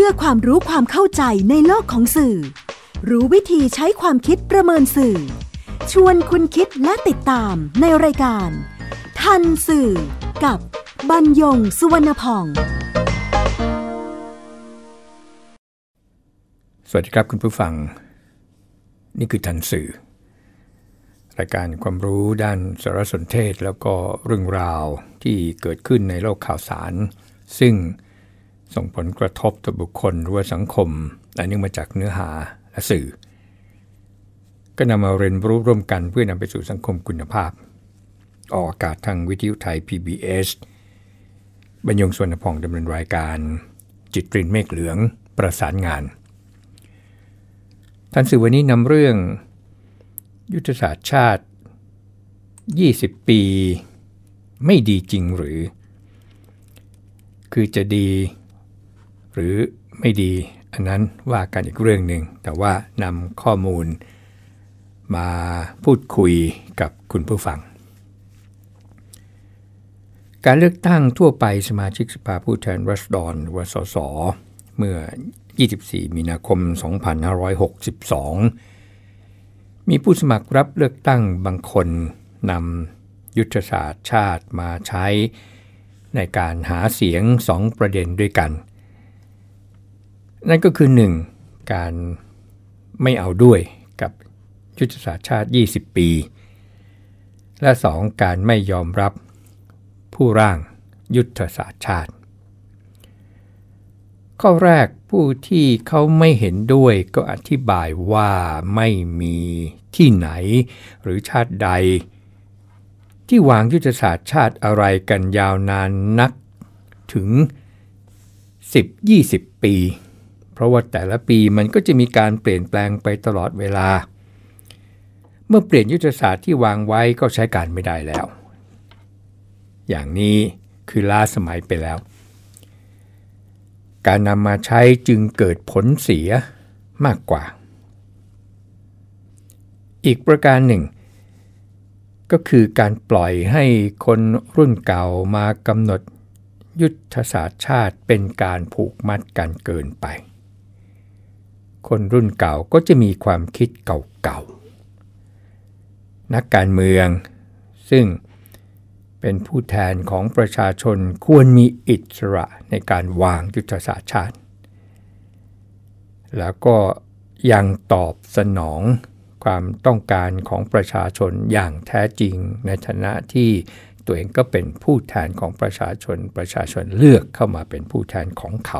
พื่อความรู้ความเข้าใจในโลกของสื่อรู้วิธีใช้ความคิดประเมินสื่อชวนคุณคิดและติดตามในรายการทันสื่อกับบรรยงสุวรรณพองสวัสดีครับคุณผู้ฟังนี่คือทันสื่อรายการความรู้ด้านสารสนเทศแล้วก็เรื่องราวที่เกิดขึ้นในโลกข่าวสารซึ่งส่งผลกระทบต่อบุคคลหรือว่าสังคมและเนื่องมาจากเนื้อหาและสื่อก็นำมาเรียนรู้ร่วมกันเพื่อนำไปสู่สังคมคุณภาพออกอากาศทางวิทยุไทย PBS บรรยงสุวรรณพองดำเนินรายการจิตรินเมฆเหลืองประสานงานทันสื่อวันนี้นำเรื่องยุทธศาสตร์ชาติ20 ปีไม่ดีจริงหรือคือจะดีหรือไม่ดีอันนั้นว่ากันอีกเรื่องหนึ่งแต่ว่านำข้อมูลมาพูดคุยกับคุณผู้ฟังการเลือกตั้งทั่วไปสมาชิกสภาผู้แทนราษฎรหรือว่าสสเมื่อ24 มีนาคม 2562มีผู้สมัครรับเลือกตั้งบางคนนำยุทธศาสตร์ชาติมาใช้ในการหาเสียง2ประเด็นด้วยกันนั่นก็คือ 1. การไม่เอาด้วยกับยุทธศาสตร์ชาติ20 ปีและ 2. การไม่ยอมรับผู้ร่างยุทธศาสตร์ชาติข้อแรกผู้ที่เขาไม่เห็นด้วยก็อธิบายว่าไม่มีที่ไหนหรือชาติใดที่วางยุทธศาสตร์ชาติอะไรกันยาวนานนักถึง 10-20 ปีเพราะว่าแต่ละปีมันก็จะมีการเปลี่ยนแปลงไปตลอดเวลาเมื่อเปลี่ยนยุทธศาสตร์ที่วางไว้ก็ใช้การไม่ได้แล้วอย่างนี้คือล้าสมัยไปแล้วการนำมาใช้จึงเกิดผลเสียมากกว่าอีกประการหนึ่งก็คือการปล่อยให้คนรุ่นเก่ามากำหนดยุทธศาสตร์ชาติเป็นการผูกมัดกันเกินไปคนรุ่นเก่าก็จะมีความคิดเก่าๆนักการเมืองซึ่งเป็นผู้แทนของประชาชนควรมีอิสระในการวางยุทธศาสตร์ชาติแล้วก็ยังตอบสนองความต้องการของประชาชนอย่างแท้จริงในฐานะที่ตัวเองก็เป็นผู้แทนของประชาชนเลือกเข้ามาเป็นผู้แทนของเขา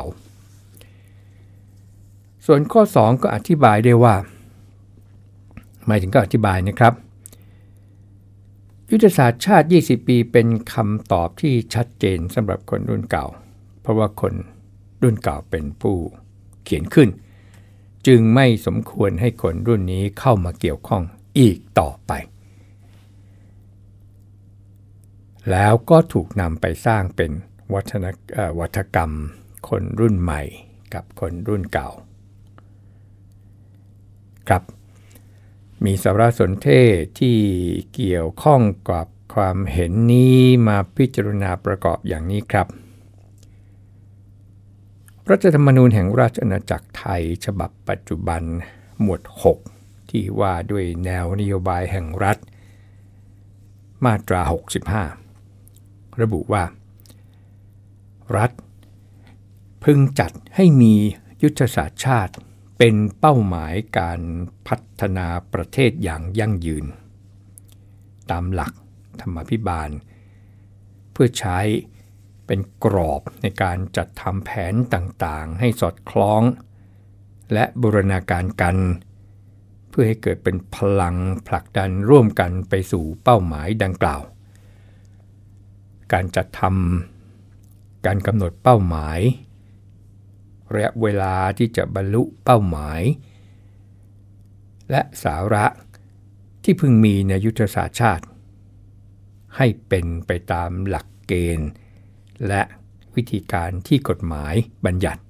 ส่วนข้อ 2 ก็อธิบายได้ว่าหมายถึงก็อธิบายนะครับยุทธศาสตร์ชาติ20 ปีเป็นคำตอบที่ชัดเจนสำหรับคนรุ่นเก่าเพราะว่าคนรุ่นเก่าเป็นผู้เขียนขึ้นจึงไม่สมควรให้คนรุ่นนี้เข้ามาเกี่ยวข้องอีกต่อไปแล้วก็ถูกนำไปสร้างเป็นวัฒกรรมคนรุ่นใหม่กับคนรุ่นเก่าครับมีสารสนเทศที่เกี่ยวข้องกับความเห็นนี้มาพิจารณาประกอบอย่างนี้ครับรัฐธรรมนูญแห่งราชอาณาจักรไทยฉบับปัจจุบันหมวด 6 ที่ว่าด้วยแนวนโยบายแห่งรัฐมาตรา 65 ระบุว่ารัฐพึงจัดให้มียุทธศาสตร์ชาติเป็นเป้าหมายการพัฒนาประเทศอย่างยั่งยืนตามหลักธรรมาภิบาลเพื่อใช้เป็นกรอบในการจัดทำแผนต่างๆให้สอดคล้องและบูรณาการกันเพื่อให้เกิดเป็นพลังผลักดันร่วมกันไปสู่เป้าหมายดังกล่าวการจัดทำการกำหนดเป้าหมายระยะเวลาที่จะบรรลุเป้าหมายและสาระที่พึงมีในยุทธศาสตร์ชาติให้เป็นไปตามหลักเกณฑ์และวิธีการที่กฎหมายบัญญัติ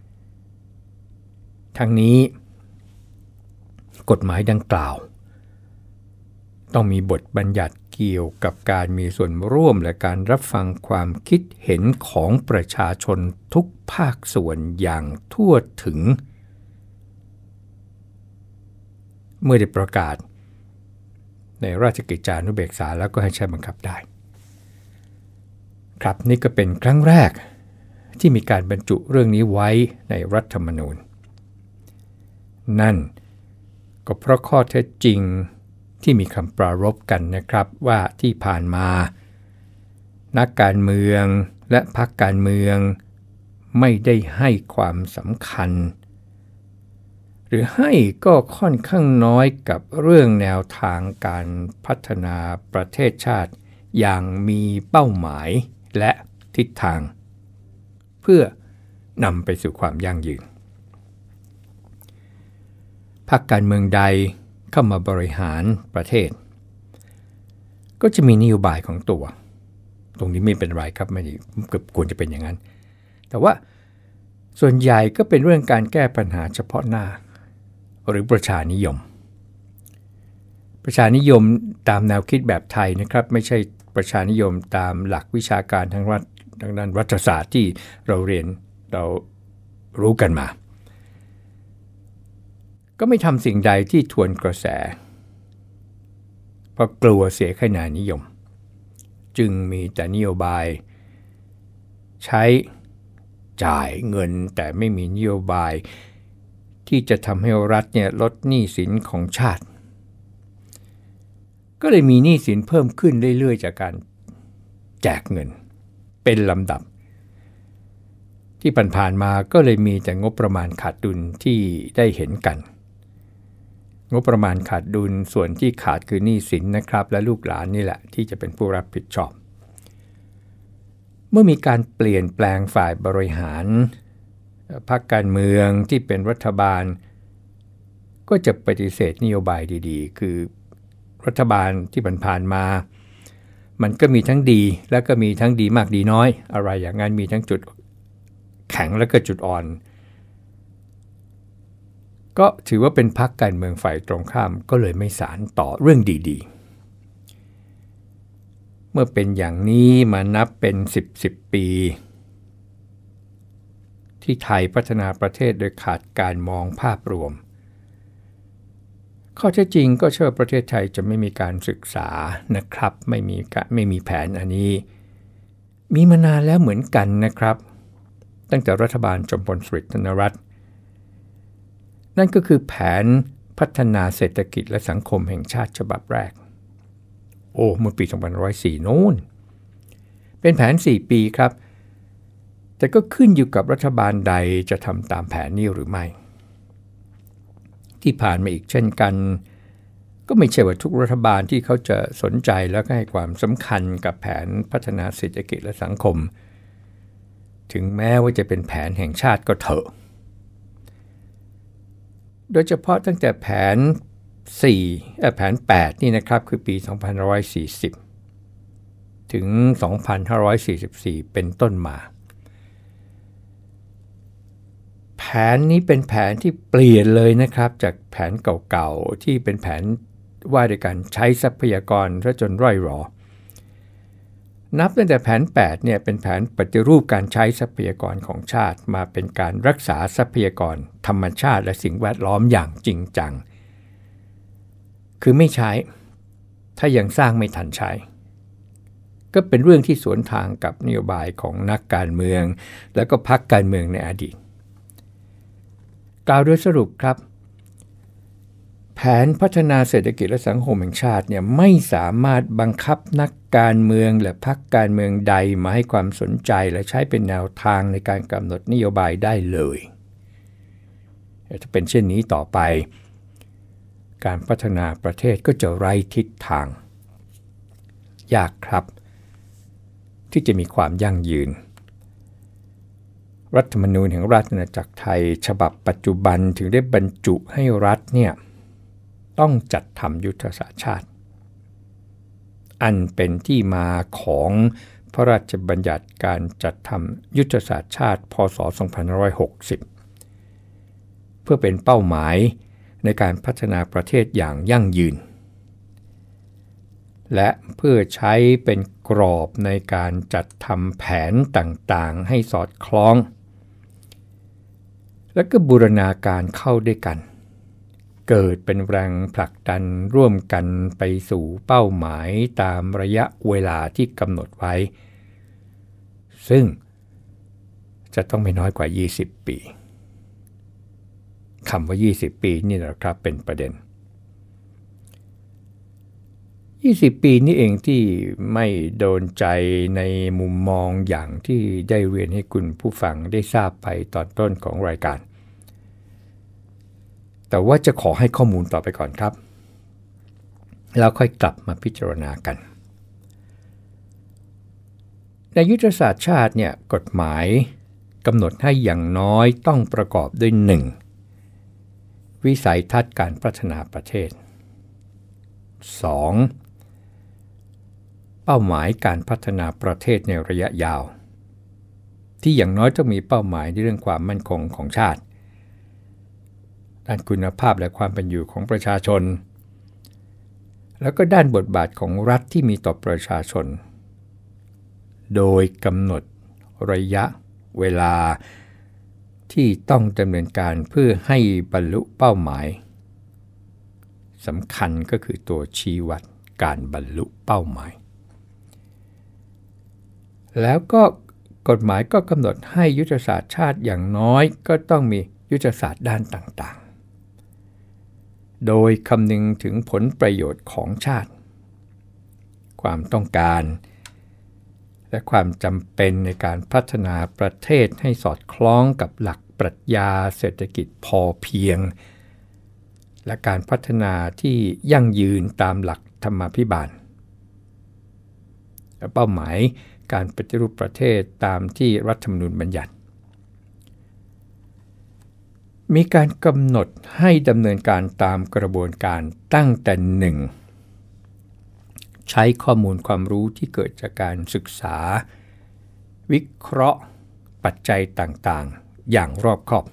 ทั้งนี้กฎหมายดังกล่าวต้องมีบทบัญญัติเกี่ยวกับการมีส่วนร่วมและการรับฟังความคิดเห็นของประชาชนทุกภาคส่วนอย่างทั่วถึงเมื่อได้ประกาศในราชกิจจานุเบกษาแล้วก็ให้ใช้บังคับได้ครับนี่ก็เป็นครั้งแรกที่มีการบรรจุเรื่องนี้ไว้ในรัฐธรรมนูญนั่นก็เพราะข้อเท็จจริงที่มีคำปรารภกันนะครับว่าที่ผ่านมานักการเมืองและพรรคการเมืองไม่ได้ให้ความสำคัญหรือให้ก็ค่อนข้างน้อยกับเรื่องแนวทางการพัฒนาประเทศชาติอย่างมีเป้าหมายและทิศทางเพื่อนำไปสู่ความยั่งยืนพรรคการเมืองใดเข้ามาบริหารประเทศก็จะมีนโยบายของตัวตรงนี้ไม่เป็นไรครับไม่ได้ควรจะเป็นอย่างนั้นแต่ว่าส่วนใหญ่ก็เป็นเรื่องการแก้ปัญหาเฉพาะหน้าหรือประชานิยมตามแนวคิดแบบไทยนะครับไม่ใช่ประชานิยมตามหลักวิชาการทางด้านรัฐศาสตร์ที่เราเรียนเรารู้กันมาก็ไม่ทำสิ่งใดที่ทวนกระแสเพราะกลัวเสียคะแนนนิยมจึงมีแต่นโยบายใช้จ่ายเงินแต่ไม่มีนโยบายที่จะทำให้รัฐเนี่ยลดหนี้สินของชาติก็เลยมีหนี้สินเพิ่มขึ้นเรื่อยๆจากการแจกเงินเป็นลำดับที่ผ่านๆมาก็เลยมีแต่งบประมาณขาดดุลที่ได้เห็นกันงบประมาณขาดดุลส่วนที่ขาดคือหนี้สินนะครับและลูกหลานนี่แหละที่จะเป็นผู้รับผิดชอบเมื่อมีการเปลี่ยนแปลงฝ่ายบริหารพรรคการเมืองที่เป็นรัฐบาลก็จะปฏิเสธนโยบายดีๆคือรัฐบาลที่ผ่านมามันก็มีทั้งดีและก็มีทั้งดีมากดีน้อยอะไรอย่างนั้นมีทั้งจุดแข็งและก็จุดอ่อนก็ถือว่าเป็นพรรคการเมืองฝ่ายตรงข้ามก็เลยไม่สานต่อเรื่องดีๆเมื่อเป็นอย่างนี้มานับเป็น10 ปีที่ไทยพัฒนาประเทศโดยขาดการมองภาพรวมข้อเท็จจริงก็เชื่อประเทศไทยจะไม่มีการศึกษานะครับไม่มีแผนอันนี้มีมานานแล้วเหมือนกันนะครับตั้งแต่รัฐบาลจอมพลสฤษดิ์ธนรัตน์นั่นก็คือแผนพัฒนาเศรษฐกิจและสังคมแห่งชาติฉบับแรกเมื่อปี2504โน้นเป็นแผน4 ปีครับแต่ก็ขึ้นอยู่กับรัฐบาลใดจะทำตามแผนนี้หรือไม่ที่ผ่านมาอีกเช่นกันก็ไม่ใช่ว่าทุกรัฐบาลที่เขาจะสนใจแล้วก็ให้ความสำคัญกับแผนพัฒนาเศรษฐกิจและสังคมถึงแม้ว่าจะเป็นแผนแห่งชาติก็เถอะโดยเฉพาะตั้งแต่แผน8นี่นะครับคือปี2540ถึง2544เป็นต้นมาแผนนี้เป็นแผนที่เปลี่ยนเลยนะครับจากแผนเก่าๆที่เป็นแผนว่าด้วยการใช้ทรัพยากรซะจนร่อยหรอนับตั้งแต่แผน8เนี่ยเป็นแผนปฏิรูปการใช้ทรัพยากรของชาติมาเป็นการรักษาทรัพยากรธรรมชาติและสิ่งแวดล้อมอย่างจริงจังคือไม่ใช้ถ้ายังสร้างไม่ทันใช้ก็เป็นเรื่องที่สวนทางกับนโยบายของนักการเมืองแล้วก็พรรคการเมืองในอดีตกล่าวโดยสรุปครับแผนพัฒนาเศรษฐกิจและสังคมแห่งชาติเนี่ยไม่สามารถบังคับนักการเมืองและพรรคการเมืองใดมาให้ความสนใจและใช้เป็นแนวทางในการกำหนดนโยบายได้เลยถ้าเป็นเช่นนี้ต่อไปการพัฒนาประเทศก็จะไร้ทิศทางยากครับที่จะมีความยั่งยืนรัฐธรรมนูญแห่งราชอาณาจักรไทยฉบับปัจจุบันถึงได้บรรจุให้รัฐเนี่ยต้องจัดทำยุทธศาสตร์ชาติอันเป็นที่มาของพระราชบัญญัติการจัดทำยุทธศาสตร์ชาติพ.ศ. 2560เพื่อเป็นเป้าหมายในการพัฒนาประเทศอย่างยั่งยืนและเพื่อใช้เป็นกรอบในการจัดทำแผนต่างๆให้สอดคล้องและก็บูรณาการเข้าด้วยกันเกิดเป็นแรงผลักดันร่วมกันไปสู่เป้าหมายตามระยะเวลาที่กำหนดไว้ซึ่งจะต้องไม่น้อยกว่า20ปีคำว่า20ปีนี่แหละครับเป็นประเด็น20ปีนี่เองที่ไม่โดนใจในมุมมองอย่างที่ได้เรียนให้คุณผู้ฟังได้ทราบไปตอนต้นของรายการแต่ว่าจะขอให้ข้อมูลต่อไปก่อนครับแล้วค่อยกลับมาพิจารณากันในยุทธศาสตร์ชาติเนี่ยกฎหมายกำหนดให้อย่างน้อยต้องประกอบด้วย 1. วิสัยทัศน์การพัฒนาประเทศ 2. เป้าหมายการพัฒนาประเทศในระยะยาวที่อย่างน้อยต้องมีเป้าหมายในเรื่องความมั่นคงของชาติด้านคุณภาพและความเป็นอยู่ของประชาชนแล้วก็ด้านบทบาทของรัฐที่มีต่อประชาชนโดยกำหนดระยะเวลาที่ต้องดำเนินการเพื่อให้บรรลุเป้าหมายสำคัญก็คือตัวชี้วัดการบรรลุเป้าหมายแล้วก็กฎหมายก็กำหนดให้ยุทธศาสตร์ชาติอย่างน้อยก็ต้องมียุทธศาสตร์ด้านต่างๆโดยคำนึงถึงผลประโยชน์ของชาติความต้องการและความจำเป็นในการพัฒนาประเทศให้สอดคล้องกับหลักปรัชญาเศรษฐกิจพอเพียงและการพัฒนาที่ยั่งยืนตามหลักธรรมาภิบาลและเป้าหมายการปฏิรูปประเทศตามที่รัฐธรรมนูญบัญญัติมีการกำหนดให้ดำเนินการตามกระบวนการตั้งแต่ 1. ใช้ข้อมูลความรู้ที่เกิดจากการศึกษาวิเคราะห์ปัจจัยต่างๆอย่างรอบคอบ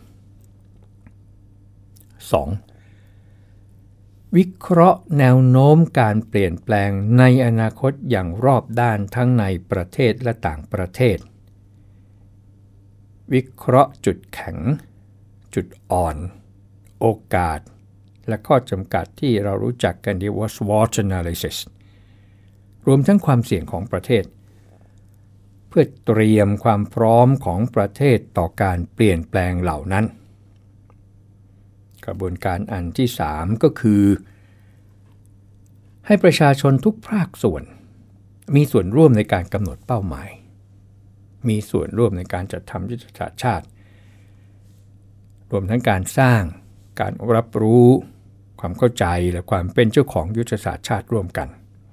2. วิเคราะห์แนวโน้มการเปลี่ยนแปลงในอนาคตอย่างรอบด้านทั้งในประเทศและต่างประเทศวิเคราะห์จุดแข็งจุดอ่อนโอกาสและข้อจำกัดที่เรารู้จักกันที่ว่า SWOT analysis รวมทั้งความเสี่ยงของประเทศเพื่อเตรียมความพร้อมของประเทศต่อการเปลี่ยนแปลงเหล่านั้นกระบวนการอันที่ 3 ก็คือให้ประชาชนทุกภาคส่วนมีส่วนร่วมในการกำหนดเป้าหมายมีส่วนร่วมในการจัดทำยุทธศาสตร์ชาติรวมทั้งการสร้างการรับรู้ความเข้าใจและความเป็นเจ้าของยุทธศาสตร์ชาติร่วมกัน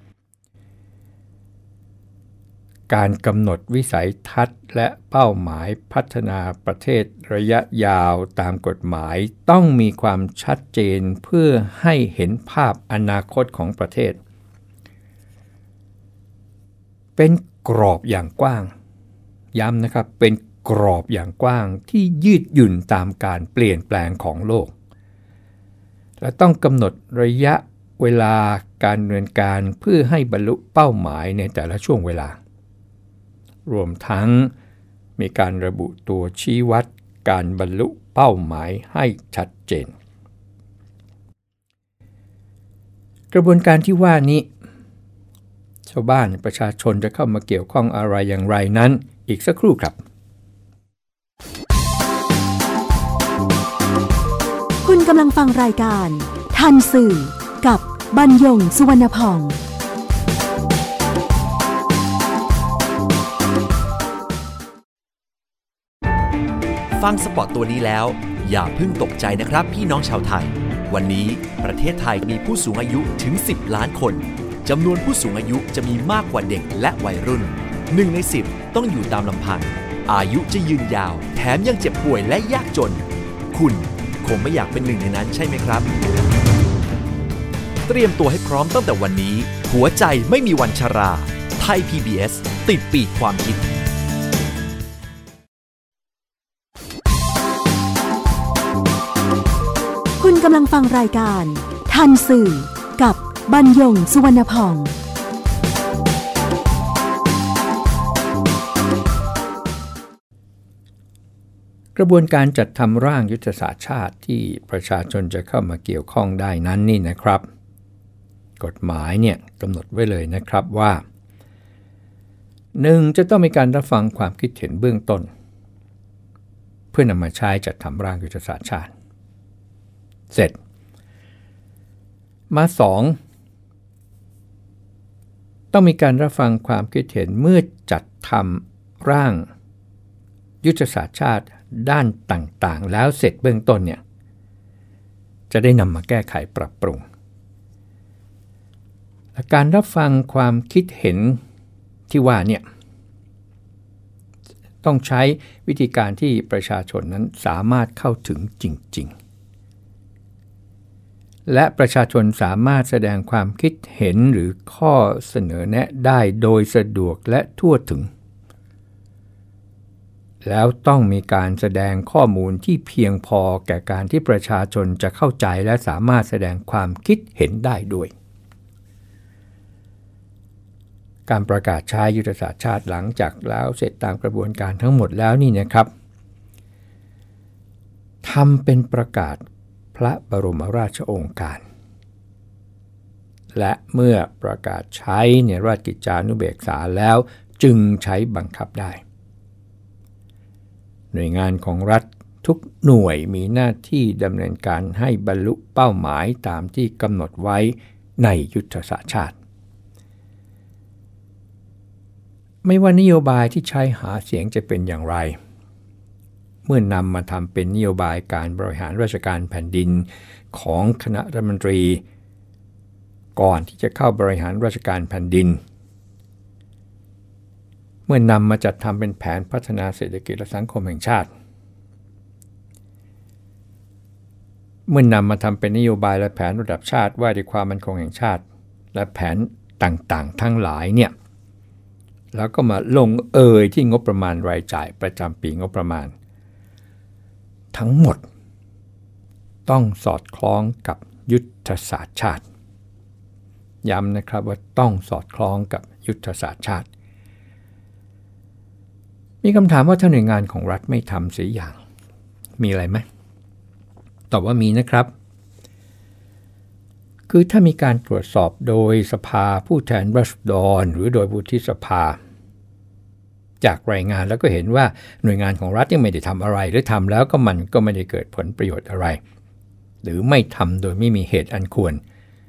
การกำหนดวิสัยทัศน์และเป้าหมายพัฒนาประเทศระยะยาวตามกฎหมายต้องมีความชัดเจนเพื่อให้เห็นภาพอนาคตของประเทศเป็นกรอบอย่างกว้างย้ำนะครับเป็นกรอบอย่างกว้างที่ยืดหยุ่นตามการเปลี่ยนแปลงของโลกและต้องกำหนดระยะเวลาการดำเนินการเพื่อให้บรรลุเป้าหมายในแต่ละช่วงเวลารวมทั้งมีการระบุตัวชี้วัดการบรรลุเป้าหมายให้ชัดเจนกระบวนการที่ว่านี้ชาวบ้านประชาชนจะเข้ามาเกี่ยวข้องอะไรอย่างไรนั้นอีกสักครู่ครับคุณกำลังฟังรายการทันสื่อกับบรรยงสุวรรณพองฟังสปอตตัวนี้แล้วอย่าเพิ่งตกใจนะครับพี่น้องชาวไทยวันนี้ประเทศไทยมีผู้สูงอายุถึง10 ล้านคนจำนวนผู้สูงอายุจะมีมากกว่าเด็กและวัยรุ่น1 ใน 10ต้องอยู่ตามลำพังอายุจะยืนยาวแถมยังเจ็บป่วยและยากจนคุณคงไม่อยากเป็นหนึ่งในนั้นใช่ไหมครับเตรียมตัวให้พร้อมตั้งแต่วันนี้หัวใจไม่มีวันชราไทย PBS ติดปีกความคิดคุณกำลังฟังรายการทันสื่อกับบรรยงสุวรรณพองกระบวนการจัดทำร่างยุทธศาสตร์ชาติที่ประชาชนจะเข้ามาเกี่ยวข้องได้นั้นนี่นะครับกฎหมายเนี่ยกำหนดไว้เลยนะครับว่า 1. จะต้องมีการรับฟังความคิดเห็นเบื้องต้นเพื่อนำมาใช้จัดทำร่างยุทธศาสตร์ชาติเสร็จมา 2. ต้องมีการรับฟังความคิดเห็นเมื่อจัดทำร่างยุทธศาสตร์ชาติด้านต่างๆแล้วเสร็จเบื้องต้นเนี่ยจะได้นำมาแก้ไขปรับปรุงและการรับฟังความคิดเห็นที่ว่าเนี่ยต้องใช้วิธีการที่ประชาชนนั้นสามารถเข้าถึงจริงๆและประชาชนสามารถแสดงความคิดเห็นหรือข้อเสนอแนะได้โดยสะดวกและทั่วถึงแล้วต้องมีการแสดงข้อมูลที่เพียงพอแก่การที่ประชาชนจะเข้าใจและสามารถแสดงความคิดเห็นได้ด้วยการประกาศใช้ยุทธศาสตร์ชาติหลังจากแล้วเสร็จตามกระบวนการทั้งหมดแล้วนี่นะครับทำเป็นประกาศพระบรมราชโองการและเมื่อประกาศใช้ในราชกิจจานุเบกษาแล้วจึงใช้บังคับได้หน่วยงานของรัฐทุกหน่วยมีหน้าที่ดำเนินการให้บรรลุเป้าหมายตามที่กำหนดไว้ในยุทธศาสตร์ชาติไม่ว่านโยบายที่ใช้หาเสียงจะเป็นอย่างไรเมื่อนำมาทำเป็นนโยบายการบริหารราชการแผ่นดินของคณะรัฐมนตรีก่อนที่จะเข้าบริหารราชการแผ่นดินเมื่อนำมาจัดทำเป็นแผนพัฒนาเศรษฐกิจและสังคมแห่งชาติเมื่อนำมาทำเป็นนโยบายและแผนระดับชาติว่าด้วยความมั่นคงแห่งชาติและแผนต่างๆทั้งหลายเนี่ยแล้วก็มาลงที่งบประมาณรายจ่ายประจำปีงบประมาณทั้งหมดต้องสอดคล้องกับยุทธศาสตร์ชาติย้ำนะครับว่าต้องสอดคล้องกับยุทธศาสตร์ชาติมีคำถามว่าถ้าหน่วยงานของรัฐไม่ทำเสียอย่างมีอะไรไหมตอบว่ามีนะครับคือถ้ามีการตรวจสอบโดยสภาผู้แทนราษฎรหรือโดยวุฒิสภาจากรายงานแล้วก็เห็นว่าหน่วยงานของรัฐยังไม่ได้ทำอะไรหรือทำแล้วก็มันก็ไม่ได้เกิดผลประโยชน์อะไรหรือไม่ทำโดยไม่มีเหตุอันควร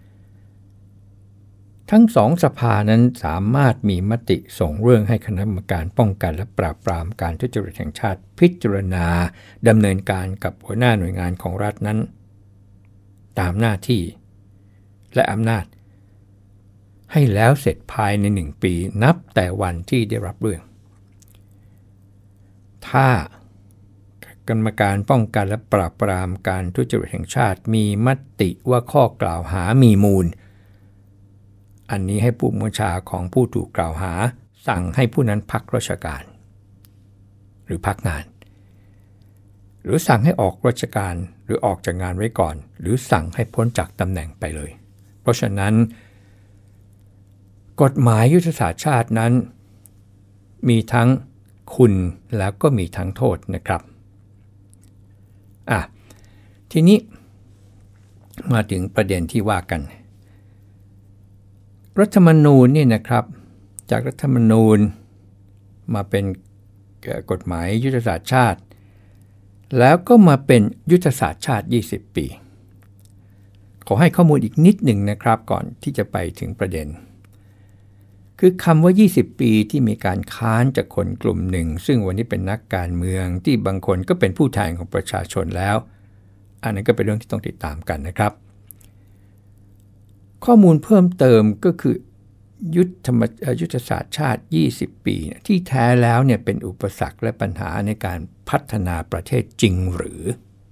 ทั้งสองสภานั้นสามารถมีมติส่งเรื่องให้คณะกรรมการป้องกันและปราบปรามการทุจริตแห่งชาติพิจารณาดำเนินการกับหัวหน้าหน่วยงานของรัฐนั้นตามหน้าที่และอำนาจให้แล้วเสร็จภายใน1 ปีนับแต่วันที่ได้รับเรื่องถ้ากรรมการป้องกันและปราบปรามการทุจริตแห่งชาติมีมติว่าข้อกล่าวหามีมูลอันนี้ให้ผู้บัญชาของผู้ถูกกล่าวหาสั่งให้ผู้นั้นพักราชการหรือพักงานหรือสั่งให้ออกราชการหรือออกจากงานไว้ก่อนหรือสั่งให้พ้นจากตำแหน่งไปเลยเพราะฉะนั้นกฎหมายยุทธศาสตร์ชาตินั้นมีทั้งคุณแล้วก็มีทั้งโทษนะครับทีนี้มาถึงประเด็นที่ว่ากันรัฐธรรมนูญนี่นะครับจากรัฐธรรมนูญมาเป็นกฎหมายยุทธศาสตร์ชาติแล้วก็มาเป็นยุทธศาสตร์ชาติ20 ปีขอให้ข้อมูลอีกนิดหนึ่งนะครับก่อนที่จะไปถึงประเด็นคือคำว่า20 ปีที่มีการค้านจากคนกลุ่มหนึ่งซึ่งวันนี้เป็นนักการเมืองที่บางคนก็เป็นผู้แทนของประชาชนแล้วอันนั้นก็เป็นเรื่องที่ต้องติดตามกันนะครับข้อมูลเพิ่มเติมก็คือยุทธศาสตร์ชาติ20 ปีที่แท้แล้วเนี่ยเป็นอุปสรรคและปัญหาในการพัฒนาประเทศจริงหรือ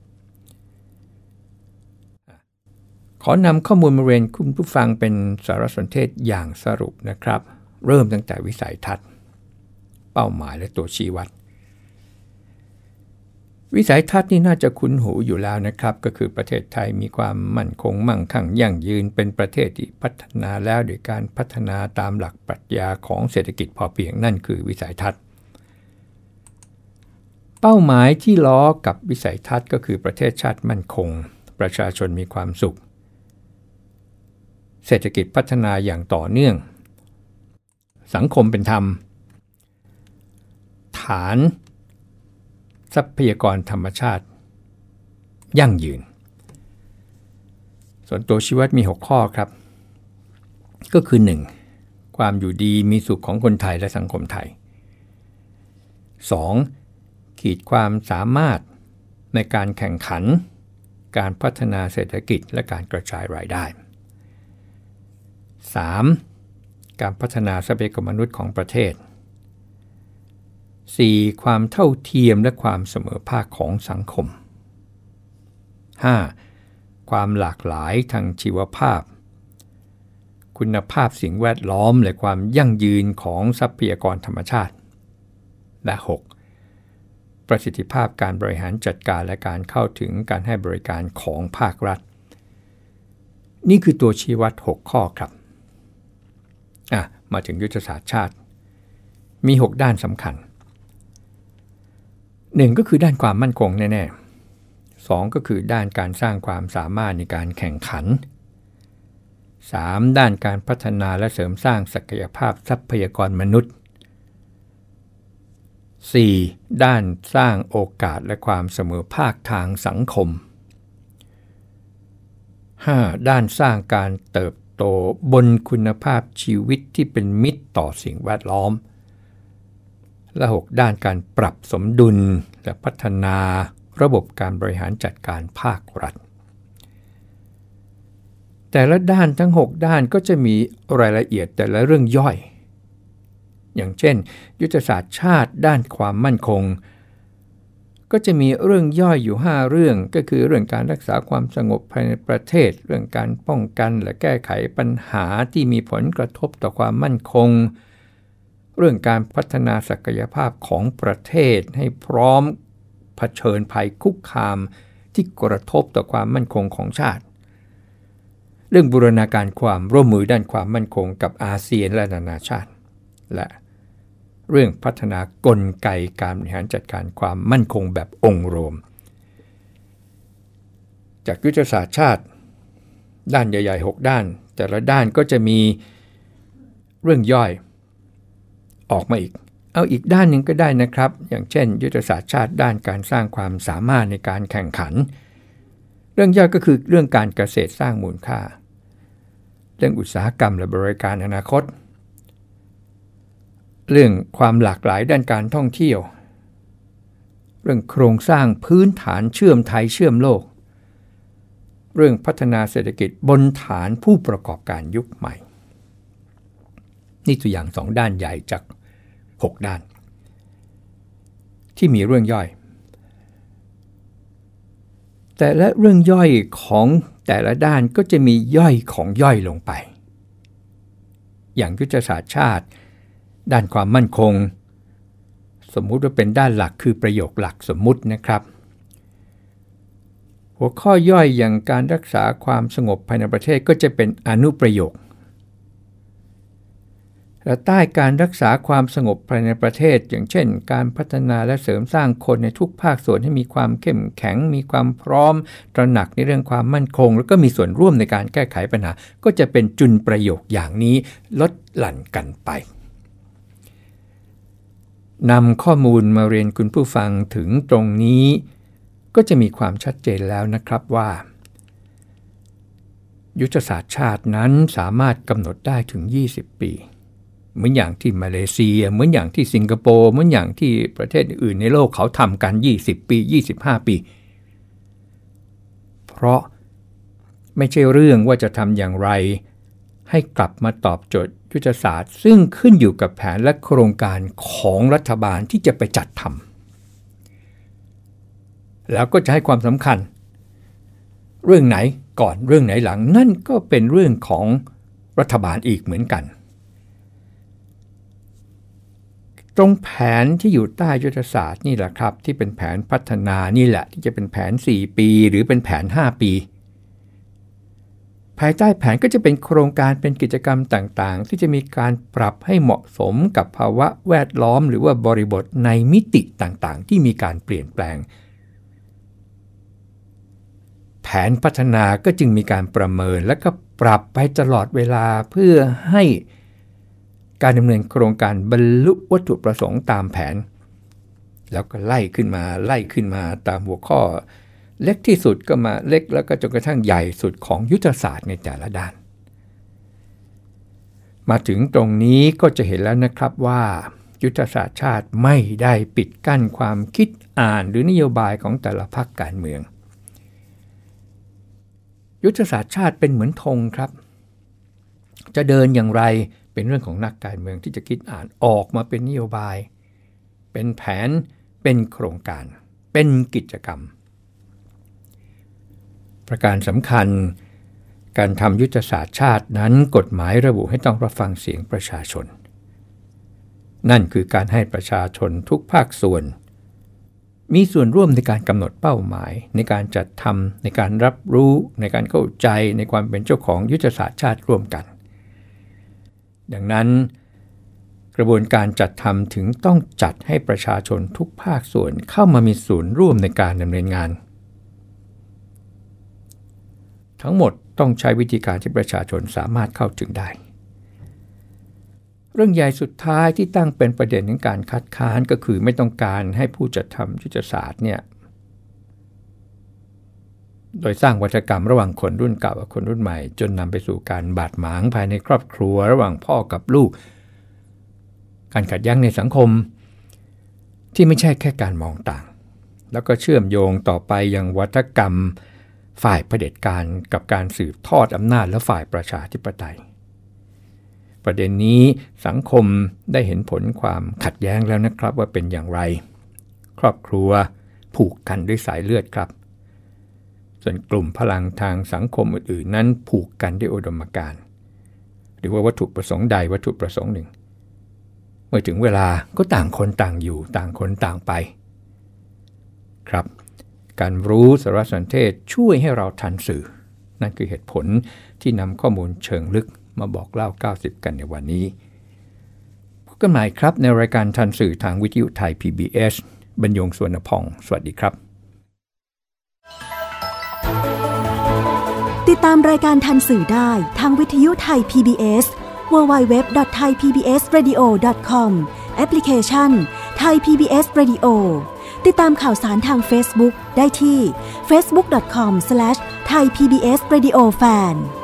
ขอนำข้อมูลมาเรียนคุณผู้ฟังเป็นสารสนเทศอย่างสรุปนะครับเริ่มตั้งแต่วิสัยทัศน์เป้าหมายและตัวชี้วัดวิสัยทัศน์นี่น่าจะคุ้นหูอยู่แล้วนะครับก็คือประเทศไทยมีความมั่นคงมั่งคั่งยั่งยืนเป็นประเทศที่พัฒนาแล้วโดยการพัฒนาตามหลักปรัชญาของเศรษฐกิจพอเพียงนั่นคือวิสัยทัศน์เป้าหมายที่ล้อกับวิสัยทัศน์ก็คือประเทศชาติมั่นคงประชาชนมีความสุขเศรษฐกิจพัฒนาอย่างต่อเนื่องสังคมเป็นธรรมฐานทรัพยากรธรรมชาติยั่งยืนส่วนตัวชี้วัดมี6ข้อครับก็คือ 1. ความอยู่ดีมีสุขของคนไทยและสังคมไทย 2. ขีดความสามารถในการแข่งขันการพัฒนาเศรษฐกิจและการกระจายรายได้ 3. การพัฒนาทรัพยากรมนุษย์ของประเทศ 4. ความเท่าเทียมและความเสมอภาคของสังคม 5. ความหลากหลายทางชีวภาพคุณภาพสิ่งแวดล้อมและความยั่งยืนของทรัพยากรธรรมชาติและ 6. ประสิทธิภาพการบริหารจัดการและการเข้าถึงการให้บริการของภาครัฐนี่คือตัวชี้วัด6ข้อครับมาถึงยุทธศาสตร์ชาติมี6ด้านสำคัญ1ก็คือด้านความมั่นคงแน่ๆ2ก็คือด้านการสร้างความสามารถในการแข่งขัน3ด้านการพัฒนาและเสริมสร้างศักยภาพทรัพยากรมนุษย์4ด้านสร้างโอกาสและความเสมอภาคทางสังคม5ด้านสร้างการเติบโตบนคุณภาพชีวิตที่เป็นมิตรต่อสิ่งแวดล้อมและ6ด้านการปรับสมดุลและพัฒนาระบบการบริหารจัดการภาครัฐแต่ละด้านทั้ง6ด้านก็จะมีรายละเอียดแต่ละเรื่องย่อยอย่างเช่นยุทธศาสตร์ชาติด้านความมั่นคงก็จะมีเรื่องย่อยอยู่5เรื่องก็คือเรื่องการรักษาความสงบภายในประเทศเรื่องการป้องกันและแก้ไขปัญหาที่มีผลกระทบต่อความมั่นคงเรื่องการพัฒนาศักยภาพของประเทศให้พร้อมเผชิญภัยคุกคามที่กระทบต่อความมั่นคงของชาติเรื่องบูรณาการความร่วมมือด้านความมั่นคงกับอาเซียนและนานาชาติและเรื่องพัฒนากลไกการบริหารจัดการความมั่นคงแบบองค์รวมจากยุทธศาสตร์ชาติด้านใหญ่ๆ6ด้านแต่ละด้านก็จะมีเรื่องย่อยออกมาอีกด้านหนึ่งก็ได้นะครับอย่างเช่นยุทธศาสตร์ชาติด้านการสร้างความสามารถในการแข่งขันเรื่องย่อยก็คือเรื่องการเกษตรสร้างมูลค่าเรื่องอุตสาหกรรมและบริการอนาคตเรื่องความหลากหลายด้านการท่องเที่ยวเรื่องโครงสร้างพื้นฐานเชื่อมไทยเชื่อมโลกเรื่องพัฒนาเศรษฐกิจบนฐานผู้ประกอบการยุคใหม่นี่ตัวอย่าง2ด้านใหญ่จาก6ด้านที่มีเรื่องย่อยแต่ละเรื่องย่อยของแต่ละด้านก็จะมีย่อยของย่อยลงไปอย่างยุทธศาสตร์ชาติด้านความมั่นคงสมมุติว่าเป็นด้านหลักคือประโยคหลักสมมุตินะครับหัวข้อย่อยอย่างการรักษาความสงบภายในประเทศก็จะเป็นอนุประโยคและใต้การรักษาความสงบภายในประเทศอย่างเช่นการพัฒนาและเสริมสร้างคนในทุกภาคส่วนให้มีความเข้มแข็งมีความพร้อมตระหนักในเรื่องความมั่นคงแล้วก็มีส่วนร่วมในการแก้ไขปัญหาก็จะเป็นจุลประโยคอย่างนี้ลดหลั่นกันไปนำข้อมูลมาเรียนคุณผู้ฟังถึงตรงนี้ก็จะมีความชัดเจนแล้วนะครับว่ายุทธศาสตร์ชาตินั้นสามารถกำหนดได้ถึง20 ปีเหมือนอย่างที่มาเลเซียเหมือนอย่างที่สิงคโปร์เหมือนอย่างที่ประเทศอื่นในโลกเขาทำกัน20 ปี25 ปีเพราะไม่ใช่เรื่องว่าจะทำอย่างไรให้กลับมาตอบโจทย์ยุทธศาสตร์ซึ่งขึ้นอยู่กับแผนและโครงการของรัฐบาลที่จะไปจัดทำแล้วก็จะให้ความสำคัญเรื่องไหนก่อนเรื่องไหนหลังนั่นก็เป็นเรื่องของรัฐบาลอีกเหมือนกันตรงแผนที่อยู่ใต้ยุทธศาสตร์นี่แหละครับที่เป็นแผนพัฒนานี่แหละที่จะเป็นแผน4 ปีหรือเป็นแผน5 ปีแผภายใต้แผนก็จะเป็นโครงการเป็นกิจกรรมต่างๆที่จะมีการปรับให้เหมาะสมกับภาวะแวดล้อมหรือว่าบริบทในมิติต่างๆที่มีการเปลี่ยนแปลงแผนพัฒนาก็จึงมีการประเมินและก็ปรับไปตลอดเวลาเพื่อให้การดำเนินโครงการบรรลุวัตถุประสงค์ตามแผนแล้วก็ไล่ขึ้นมาตามหัวข้อเล็กที่สุดก็มาเล็กแล้วก็จนกระทั่งใหญ่สุดของยุทธศาสตร์ในแต่ละด้านมาถึงตรงนี้ก็จะเห็นแล้วนะครับว่ายุทธศาสตร์ชาติไม่ได้ปิดกั้นความคิดอ่านหรือนโยบายของแต่ละพรรคการเมืองยุทธศาสตร์ชาติเป็นเหมือนธงครับจะเดินอย่างไรเป็นเรื่องของนักการเมืองที่จะคิดอ่านออกมาเป็นนโยบายเป็นแผนเป็นโครงการเป็นกิจกรรมประการสำคัญการทำยุทธศาสตร์ชาตินั้นกฎหมายระบุให้ต้องรับฟังเสียงประชาชนนั่นคือการให้ประชาชนทุกภาคส่วนมีส่วนร่วมในการกำหนดเป้าหมายในการจัดทำในการรับรู้ในการเข้าใจในความเป็นเจ้าของยุทธศาสตร์ชาติร่วมกันดังนั้นกระบวนการจัดทำถึงต้องจัดให้ประชาชนทุกภาคส่วนเข้ามามีส่วนร่วมในการดำเนินงานทั้งหมดต้องใช้วิธีการที่ประชาชนสามารถเข้าถึงได้เรื่องใหญ่สุดท้ายที่ตั้งเป็นประเด็นของการคัดค้านก็คือไม่ต้องการให้ผู้จัดทำยุทธศาสตร์เนี่ยโดยสร้างวัฒกรรมระหว่างคนรุ่นเก่ากับคนรุ่นใหม่จนนำไปสู่การบาดหมางภายในครอบครัวระหว่างพ่อกับลูกการขัดแย้งในสังคมที่ไม่ใช่แค่การมองต่างแล้วก็เชื่อมโยงต่อไปยังวัฒกรรมฝ่ายเผด็จการกับการสืบทอดอำนาจและฝ่ายประชาธิปไตยประเด็นนี้สังคมได้เห็นผลความขัดแย้งแล้วนะครับว่าเป็นอย่างไรครอบครัวผูกกันด้วยสายเลือดครับส่วนกลุ่มพลังทางสังคมอื่นๆนั้นผูกกันด้วยอุดมการณ์หรือว่าวัตถุประสงค์ใดวัตถุประสงค์หนึ่งเมื่อถึงเวลาก็ต่างคนต่างอยู่ต่างคนต่างไปครับการรู้สารสนเทศช่วยให้เราทันสื่อนั่นคือเหตุผลที่นำข้อมูลเชิงลึกมาบอกเล่า90กันในวันนี้พบกันใหม่ครับในรายการทันสื่อทางวิทยุไทย PBS บรรยงสุวรรณพองสวัสดีครับติดตามรายการทันสื่อได้ทางวิทยุไทย PBS www.thaipbsradio.com แอปพลิเคชัน Thai PBS Radio ติดตามข่าวสารทาง Facebook ได้ที่ facebook.com/thaipbsradiofan